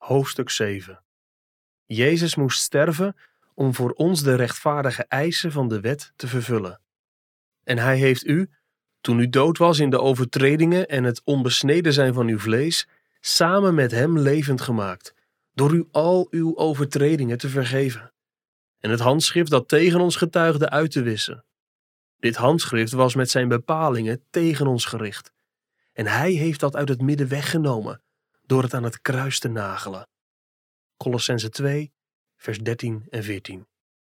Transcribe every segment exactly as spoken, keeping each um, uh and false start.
hoofdstuk zeven. Jezus moest sterven om voor ons de rechtvaardige eisen van de wet te vervullen. En hij heeft u, toen u dood was in de overtredingen en het onbesneden zijn van uw vlees, samen met hem levend gemaakt, door u al uw overtredingen te vergeven. En het handschrift dat tegen ons getuigde uit te wissen. Dit handschrift was met zijn bepalingen tegen ons gericht. En hij heeft dat uit het midden weggenomen, door het aan het kruis te nagelen. Kolossenzen twee, vers dertien en veertien.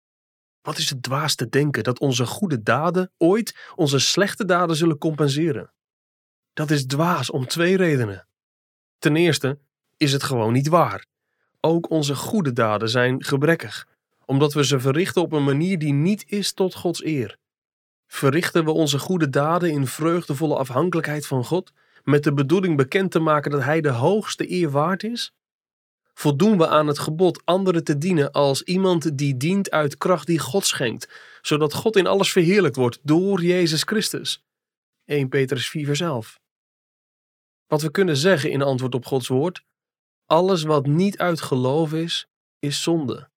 Wat is het dwaas te denken dat onze goede daden ooit onze slechte daden zullen compenseren? Dat is dwaas om twee redenen. Ten eerste is het gewoon niet waar. Ook onze goede daden zijn gebrekkig, omdat we ze verrichten op een manier die niet is tot Gods eer. Verrichten we onze goede daden in vreugdevolle afhankelijkheid van God, met de bedoeling bekend te maken dat Hij de hoogste eer waard is? Voldoen we aan het gebod anderen te dienen als iemand die dient uit kracht die God schenkt, zodat God in alles verheerlijkt wordt door Jezus Christus? Eerste Petrus vier vers elf. Wat we kunnen zeggen in antwoord op Gods woord: alles wat niet uit geloof is, is zonde.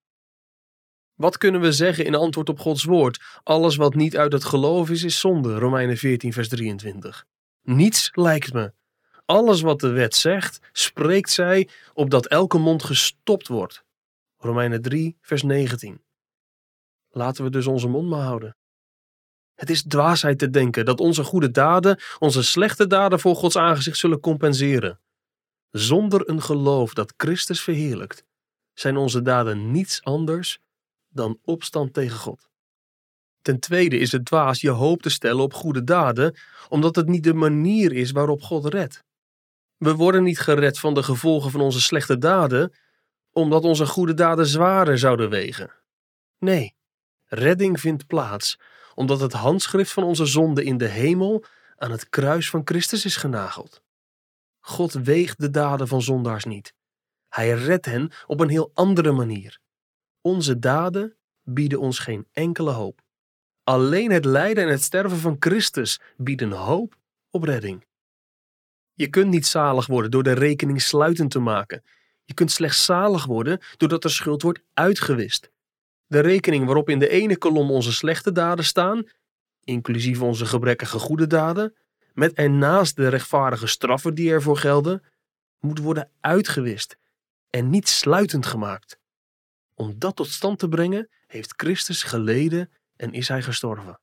Wat kunnen we zeggen in antwoord op Gods woord? Alles wat niet uit het geloof is, is zonde. Romeinen veertien vers drieëntwintig. Niets lijkt me. Alles wat de wet zegt, spreekt zij opdat elke mond gestopt wordt. Romeinen drie vers negentien. Laten we dus onze mond maar houden. Het is dwaasheid te denken dat onze goede daden onze slechte daden voor Gods aangezicht zullen compenseren. Zonder een geloof dat Christus verheerlijkt, zijn onze daden niets anders dan opstand tegen God. Ten tweede is het dwaas je hoop te stellen op goede daden, omdat het niet de manier is waarop God redt. We worden niet gered van de gevolgen van onze slechte daden, omdat onze goede daden zwaarder zouden wegen. Nee, redding vindt plaats, omdat het handschrift van onze zonde in de hemel aan het kruis van Christus is genageld. God weegt de daden van zondaars niet. Hij redt hen op een heel andere manier. Onze daden bieden ons geen enkele hoop. Alleen het lijden en het sterven van Christus bieden hoop op redding. Je kunt niet zalig worden door de rekening sluitend te maken. Je kunt slechts zalig worden doordat de schuld wordt uitgewist. De rekening waarop in de ene kolom onze slechte daden staan, inclusief onze gebrekkige goede daden, met ernaast de rechtvaardige straffen die ervoor gelden, moet worden uitgewist en niet sluitend gemaakt. Om dat tot stand te brengen, heeft Christus geleden en is hij gestorven.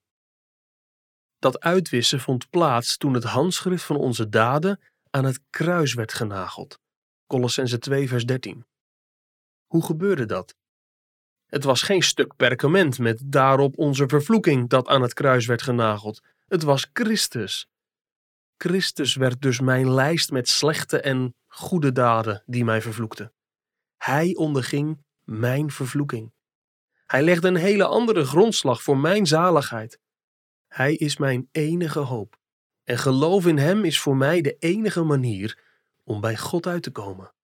Dat uitwissen vond plaats toen het handschrift van onze daden aan het kruis werd genageld. Kolossenzen twee vers dertien. Hoe gebeurde dat? Het was geen stuk perkament met daarop onze vervloeking dat aan het kruis werd genageld. Het was Christus. Christus werd dus mijn lijst met slechte en goede daden die mij vervloekten. Hij onderging mijn vervloeking. Hij legde een hele andere grondslag voor mijn zaligheid. Hij is mijn enige hoop. En geloof in hem is voor mij de enige manier om bij God uit te komen.